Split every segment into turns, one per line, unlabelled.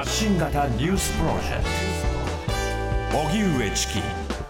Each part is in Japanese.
発信型ニュースプロジェクト荻上チキ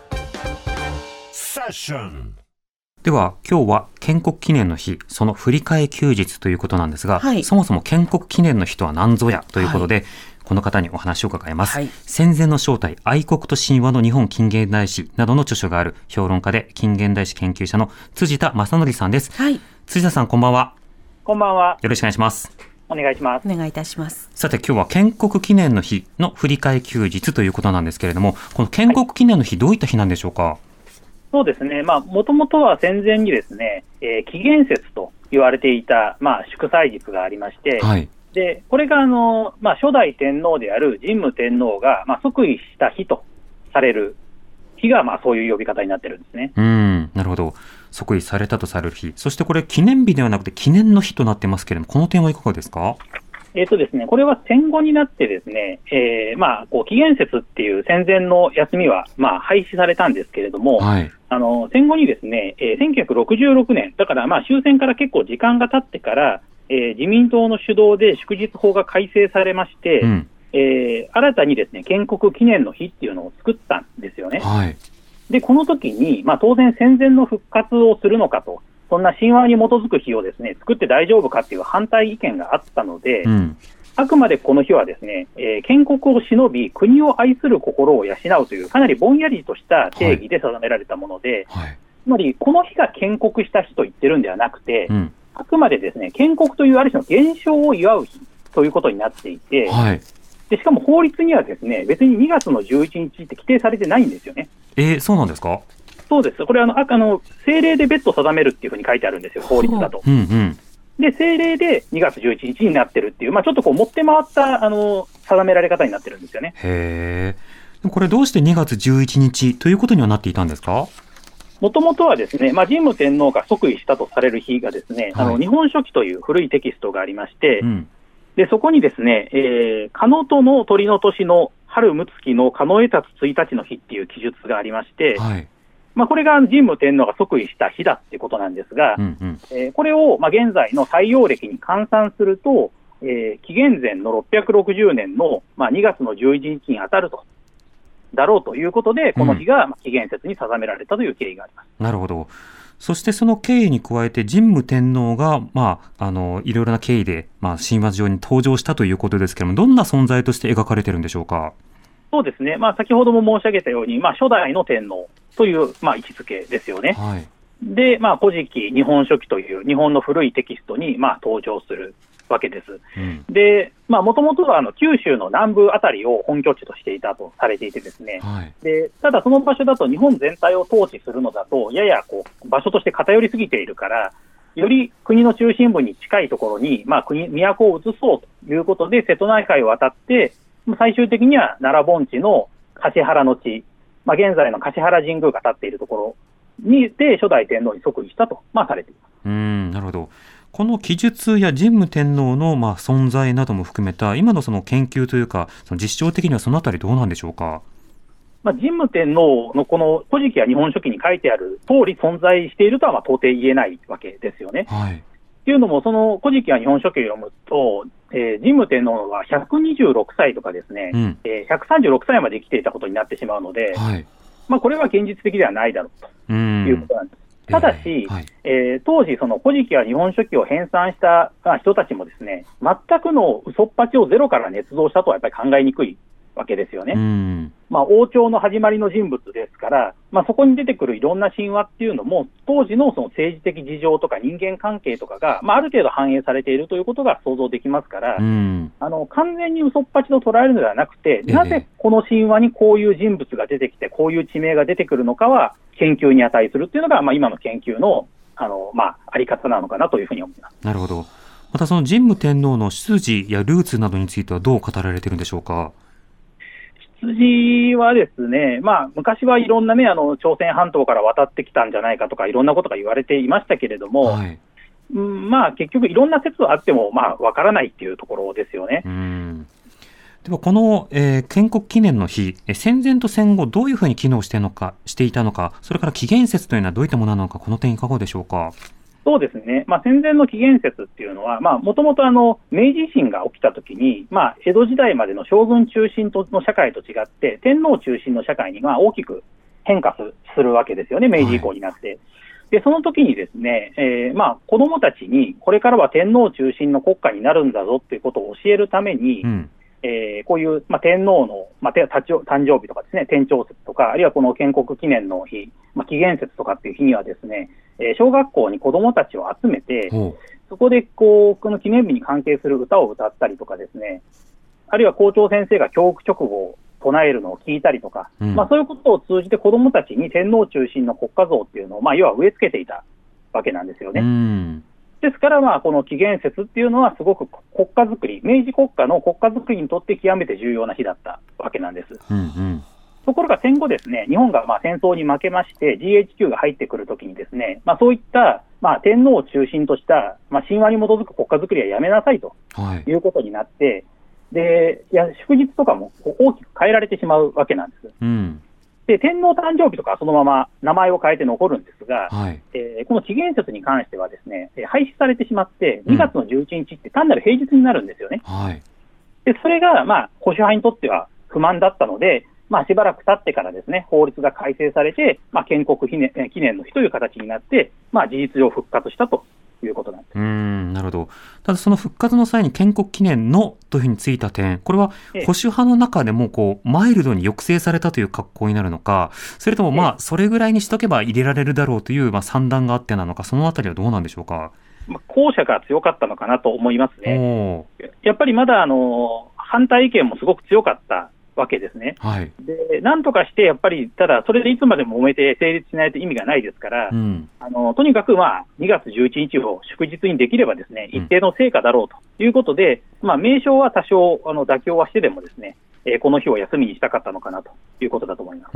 セッション。
では今日は建国記念の日、その振り替え休日ということなんですが、そもそも建国記念の日とは何ぞやということで、この方にお話を伺います。戦前の正体、愛国と神話の日本近現代史などの著書がある評論家で近現代史研究者の辻田正則さんです。辻田さん、こんばんは。
こんばんは。
よろしくお願いします。
お願いします。
お願いいたします。
さて、今日は建国記念の日の振り替え休日ということなんですけれども、この建国記念の日、どういった日なんでしょうか？
そうですね、もともとは戦前にですね、紀元節と言われていた、祝祭日がありまして、でこれが初代天皇である神武天皇が、即位した日とされる日が、そういう呼び方になってるんですね。
なるほど。即位されたとされる日、そしてこれ記念日ではなくて記念の日となってますけれども、この点はいかがですか？
ですね、これは戦後になってですね、紀元節っていう戦前の休みは、廃止されたんですけれども、戦後にですね、1966年、だから終戦から結構時間が経ってから、自民党の主導で祝日法が改正されまして、新たにですね、建国記念の日っていうのを作ったんですよね。で、この時に、当然戦前の復活をするのかと、そんな神話に基づく日をですね、作って大丈夫かっていう反対意見があったので、あくまでこの日はですね、建国を忍び、国を愛する心を養うという、かなりぼんやりとした定義で定められたもので、つまり、この日が建国した日と言ってるんではなくて、あくまでですね、建国というある種の現象を祝う日ということになっていて、でしかも法律にはですね、別に2月の11日って規定されてないんですよね。
そうなんですか？
そうです。これは政令で別途定めるっていうふうに書いてあるんですよ、法律だと。で、政令で2月11日になってるっていう、ちょっと持って回った定められ方になってるんですよね。
これどうして2月11日ということにはなっていたんですか？
もともとはですね、神武天皇が即位したとされる日がですね、日本書紀という古いテキストがありまして、でそこにですね、庚子の鳥の年の春六月の庚子辰1日の日っていう記述がありまして、これが神武天皇が即位した日だってことなんですが、これを現在の太陽暦に換算すると、紀元前の660年の2月の11日に当たるとだろうということで、この日が紀元節に定められたという経緯があります。
なるほど。そしてその経緯に加えて神武天皇が、いろいろな経緯で、神話上に登場したということですけれども、どんな存在として描かれているんでしょうか？そう
ですね、先ほども申し上げたように、初代の天皇という、位置づけですよね。で、古事記、日本書紀という日本の古いテキストに、登場するわけです。で、もともとは九州の南部あたりを本拠地としていたとされていてですね、でただその場所だと日本全体を統治するのだと、やや場所として偏りすぎているから、より国の中心部に近いところに、都を移そうということで、瀬戸内海を渡って、最終的には奈良盆地の橿原の地、現在の橿原神宮が建っているところにで初代天皇に即位したと、されています。
なるほど。この記述や神武天皇の存在なども含めた今のその研究というか、その実証的にはそのあたりどうなんでしょうか？
神武天皇のこの古事記や日本書紀に書いてある通り存在しているとは到底言えないわけですよね。というのも、その古事記や日本書紀を読むと、神武天皇は126歳とかですね、136歳まで生きていたことになってしまうので、これは現実的ではないだろうということなんです。ただし、当時、その古事記や日本書紀を編纂した人たちもですね、全くの嘘っぱちをゼロから捏造したとはやっぱり考えにくいわけですよね。王朝の始まりの人物ですから、そこに出てくるいろんな神話っていうのも、当時のその政治的事情とか人間関係とかが、ある程度反映されているということが想像できますから、完全に嘘っぱちと捉えるのではなくて、なぜこの神話にこういう人物が出てきて、こういう地名が出てくるのかは、研究に値するっていうのが、今の研究のあり方なのかなというふうに思います。
なるほど。またその神武天皇の出自やルーツなどについてはどう語られているんでしょうか？
出自はですね、昔はいろんなね、朝鮮半島から渡ってきたんじゃないかとか、いろんなことが言われていましたけれども、結局いろんな説はあっても、わからないっていうところですよね。
ではこの、建国記念の日、戦前と戦後どういうふうに機能していたのか、それから紀元節というのはどういったものなのか、この点いかがでしょうか？
そうですね、戦前の紀元節っていうのは、もともと明治維新が起きたときに、江戸時代までの将軍中心の社会と違って、天皇中心の社会に大きく変化するわけですよね、明治以降になって。はい、でその時にですね、子どもたちに、これからは天皇中心の国家になるんだぞっていうことを教えるために、こういう、天皇の、誕生日とかですね、天長節とか、あるいはこの建国記念の日、紀元節とかっていう日にはですね、小学校に子どもたちを集めて、そこでこの記念日に関係する歌を歌ったりとかですね、あるいは校長先生が教育直後を唱えるのを聞いたりとか、そういうことを通じて子どもたちに天皇中心の国家像っていうのを、要は植え付けていたわけなんですよね。ですから、この紀元節っていうのはすごく国家づくり、明治国家の国家づくりにとって極めて重要な日だったわけなんです。ところが戦後ですね、日本が戦争に負けまして GHQ が入ってくるときにですね、そういった、天皇を中心とした、神話に基づく国家づくりはやめなさいということになって、で祝日とかも大きく変えられてしまうわけなんです。で天皇誕生日とかはそのまま名前を変えて残るんですが、この紀元節に関してはですね、廃止されてしまって2月の11日って単なる平日になるんですよね。でそれが保守派にとっては不満だったので、しばらく経ってからですね、法律が改正されて、建国記念の日という形になって、事実上復活したということなんです。
なるほど。ただその復活の際に建国記念のというふうについた点、これは保守派の中でもマイルドに抑制されたという格好になるのか、それともそれぐらいにしとけば入れられるだろうという算段があってなのか、そのあたりはどうなんでしょうか。
後者が強かったのかなと思いますね。やっぱりまだ反対意見もすごく強かったわけですね。でなんとかしてやっぱり、ただそれでいつまでも揉めて成立しないと意味がないですから、とにかく2月11日を祝日にできればですね、一定の成果だろうということで、名称は多少妥協はしてでもですね、この日を休みにしたかったのかなということだと思います。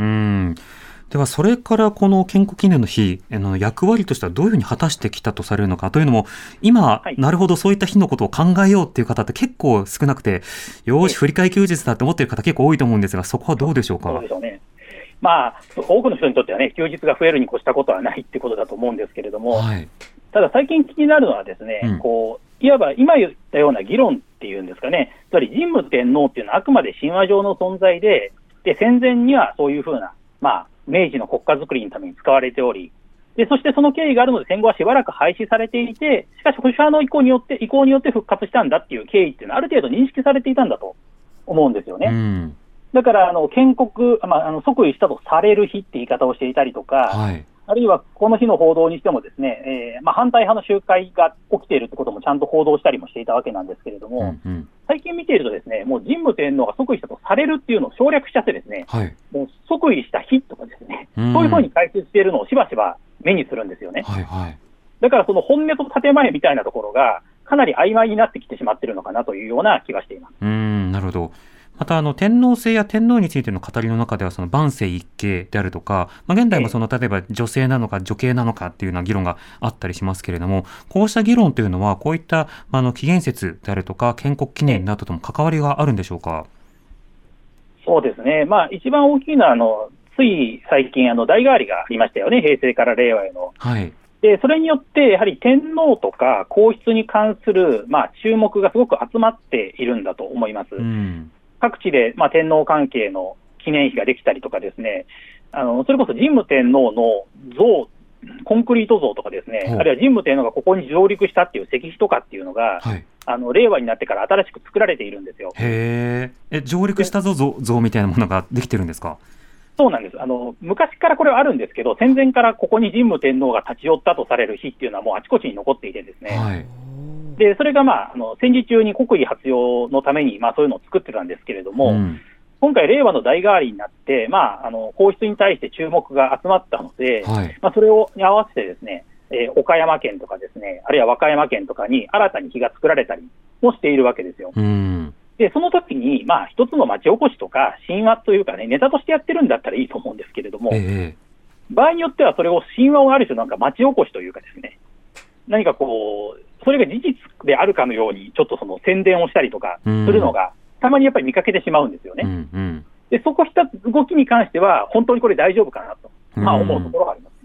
ではそれからこの建国記念の日、役割としてはどういうふうに果たしてきたとされるのかというのも、今、なるほどそういった日のことを考えようっていう方って結構少なくて、よーし振り替え休日だって思っている方結構多いと思うんですが、そこはどうでしょうか。
そうでしょうね。多くの人にとってはね、休日が増えるに越したことはないってことだと思うんですけれども、ただ最近気になるのはですね、いわば今言ったような議論っていうんですかね、つまり神武天皇っていうのはあくまで神話上の存在で、戦前にはそういうふうな、明治の国家づくりのために使われており、そしてその経緯があるので戦後はしばらく廃止されていて、しかし保守派の意向によって復活したんだっていう経緯っていうのはある程度認識されていたんだと思うんですよね。だから建国、即位したとされる日って言い方をしていたりとか、あるいはこの日の報道にしてもですね、反対派の集会が起きているってこともちゃんと報道したりもしていたわけなんですけれども、最近見ているとですね、もう神武天皇が即位したとされるっていうのを省略しちゃってですね、もう即位した日とかですね、そういうふうに解説しているのをしばしば目にするんですよね。だからその本音と建前みたいなところがかなり曖昧になってきてしまっているのかなというような気がしています。
なるほど。また天皇制や天皇についての語りの中ではその万世一系であるとか、現代も例えば女性なのか女系なのかっていうような議論があったりしますけれども、こうした議論というのはこういった紀元節であるとか建国記念などとも関わりがあるんでしょうか。
そうですね、一番大きいのはつい最近代替わりがありましたよね、平成から令和への。でそれによってやはり天皇とか皇室に関する、注目がすごく集まっているんだと思います。各地で、天皇関係の記念碑ができたりとかですね、それこそ神武天皇の像、コンクリート像とかですね、あるいは神武天皇がここに上陸したっていう石碑とかっていうのが、令和になってから新しく作られているんですよ。
上陸した像みたいなものができてるんですか。
そうなんです。昔からこれはあるんですけど、戦前からここに神武天皇が立ち寄ったとされる日っていうのはもうあちこちに残っていてですね、でそれが、戦時中に国威発揚のために、そういうのを作ってたんですけれども、今回、令和の代替わりになって、皇室に対して注目が集まったので、それに合わせてですね、岡山県とかですね、あるいは和歌山県とかに新たに碑が作られたりもしているわけですよ。でその時に、一つの町おこしとか神話というかね、ネタとしてやってるんだったらいいと思うんですけれども、場合によってはそれを神話をある種なんか町おこしというかですね、何かそれが事実であるかのようにちょっとその宣伝をしたりとかするのが、たまにやっぱり見かけてしまうんですよね。でそこした動きに関しては本当にこれ大丈夫かなと、思うところがあります。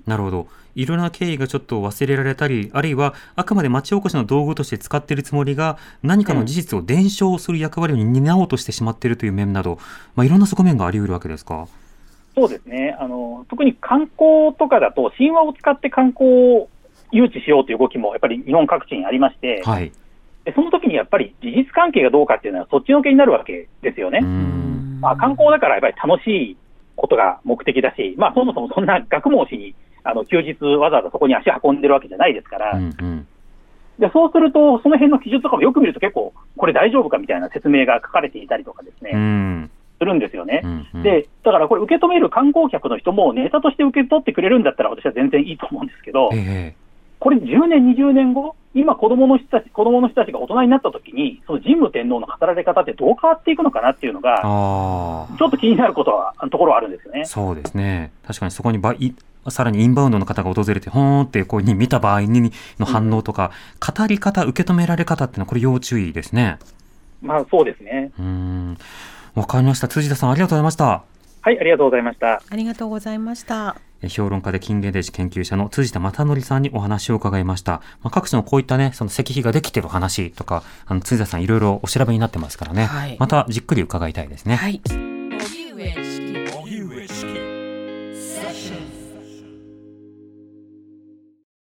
なるほど。いろんな経緯がちょっと忘れられたり、あるいはあくまで町おこしの道具として使っているつもりが何かの事実を伝承する役割を担おうとしてしまっているという面など、いろんな側面があり得るわけですか。
そうですね。特に観光とかだと神話を使って観光を誘致しようという動きもやっぱり日本各地にありまして、はい、でその時にやっぱり事実関係がどうかっていうのはそっちのけになるわけですよね。観光だからやっぱり楽しいことが目的だし、そもそもそんな学問しに休日わざわざそこに足運んでるわけじゃないですから、でそうするとその辺の記述とかもよく見ると結構これ大丈夫かみたいな説明が書かれていたりとかですね、するんですよね。でだからこれ受け止める観光客の人もネタとして受け取ってくれるんだったら私は全然いいと思うんですけど、これ10年20年後今子どもの人たちが大人になった時にその神武天皇の語られ方ってどう変わっていくのかなっていうのがちょっと気になるところはあるんですよね。
そうですね。確かにそこにさらにインバウンドの方が訪れてほーんってこうに見た場合にの反応とか、語り方受け止められ方っていうのはこれ要注意ですね。
そうですね。
わかりました。辻田さんありがとうございました。
はい、ありがとうございました。
ありがとうございました。
評論家で近現代史研究者の辻田正則さんにお話を伺いました。各地のこういったね、その石碑ができている話とか、辻田さんいろいろお調べになってますからね、はい、またじっくり伺いたいですね。
はい。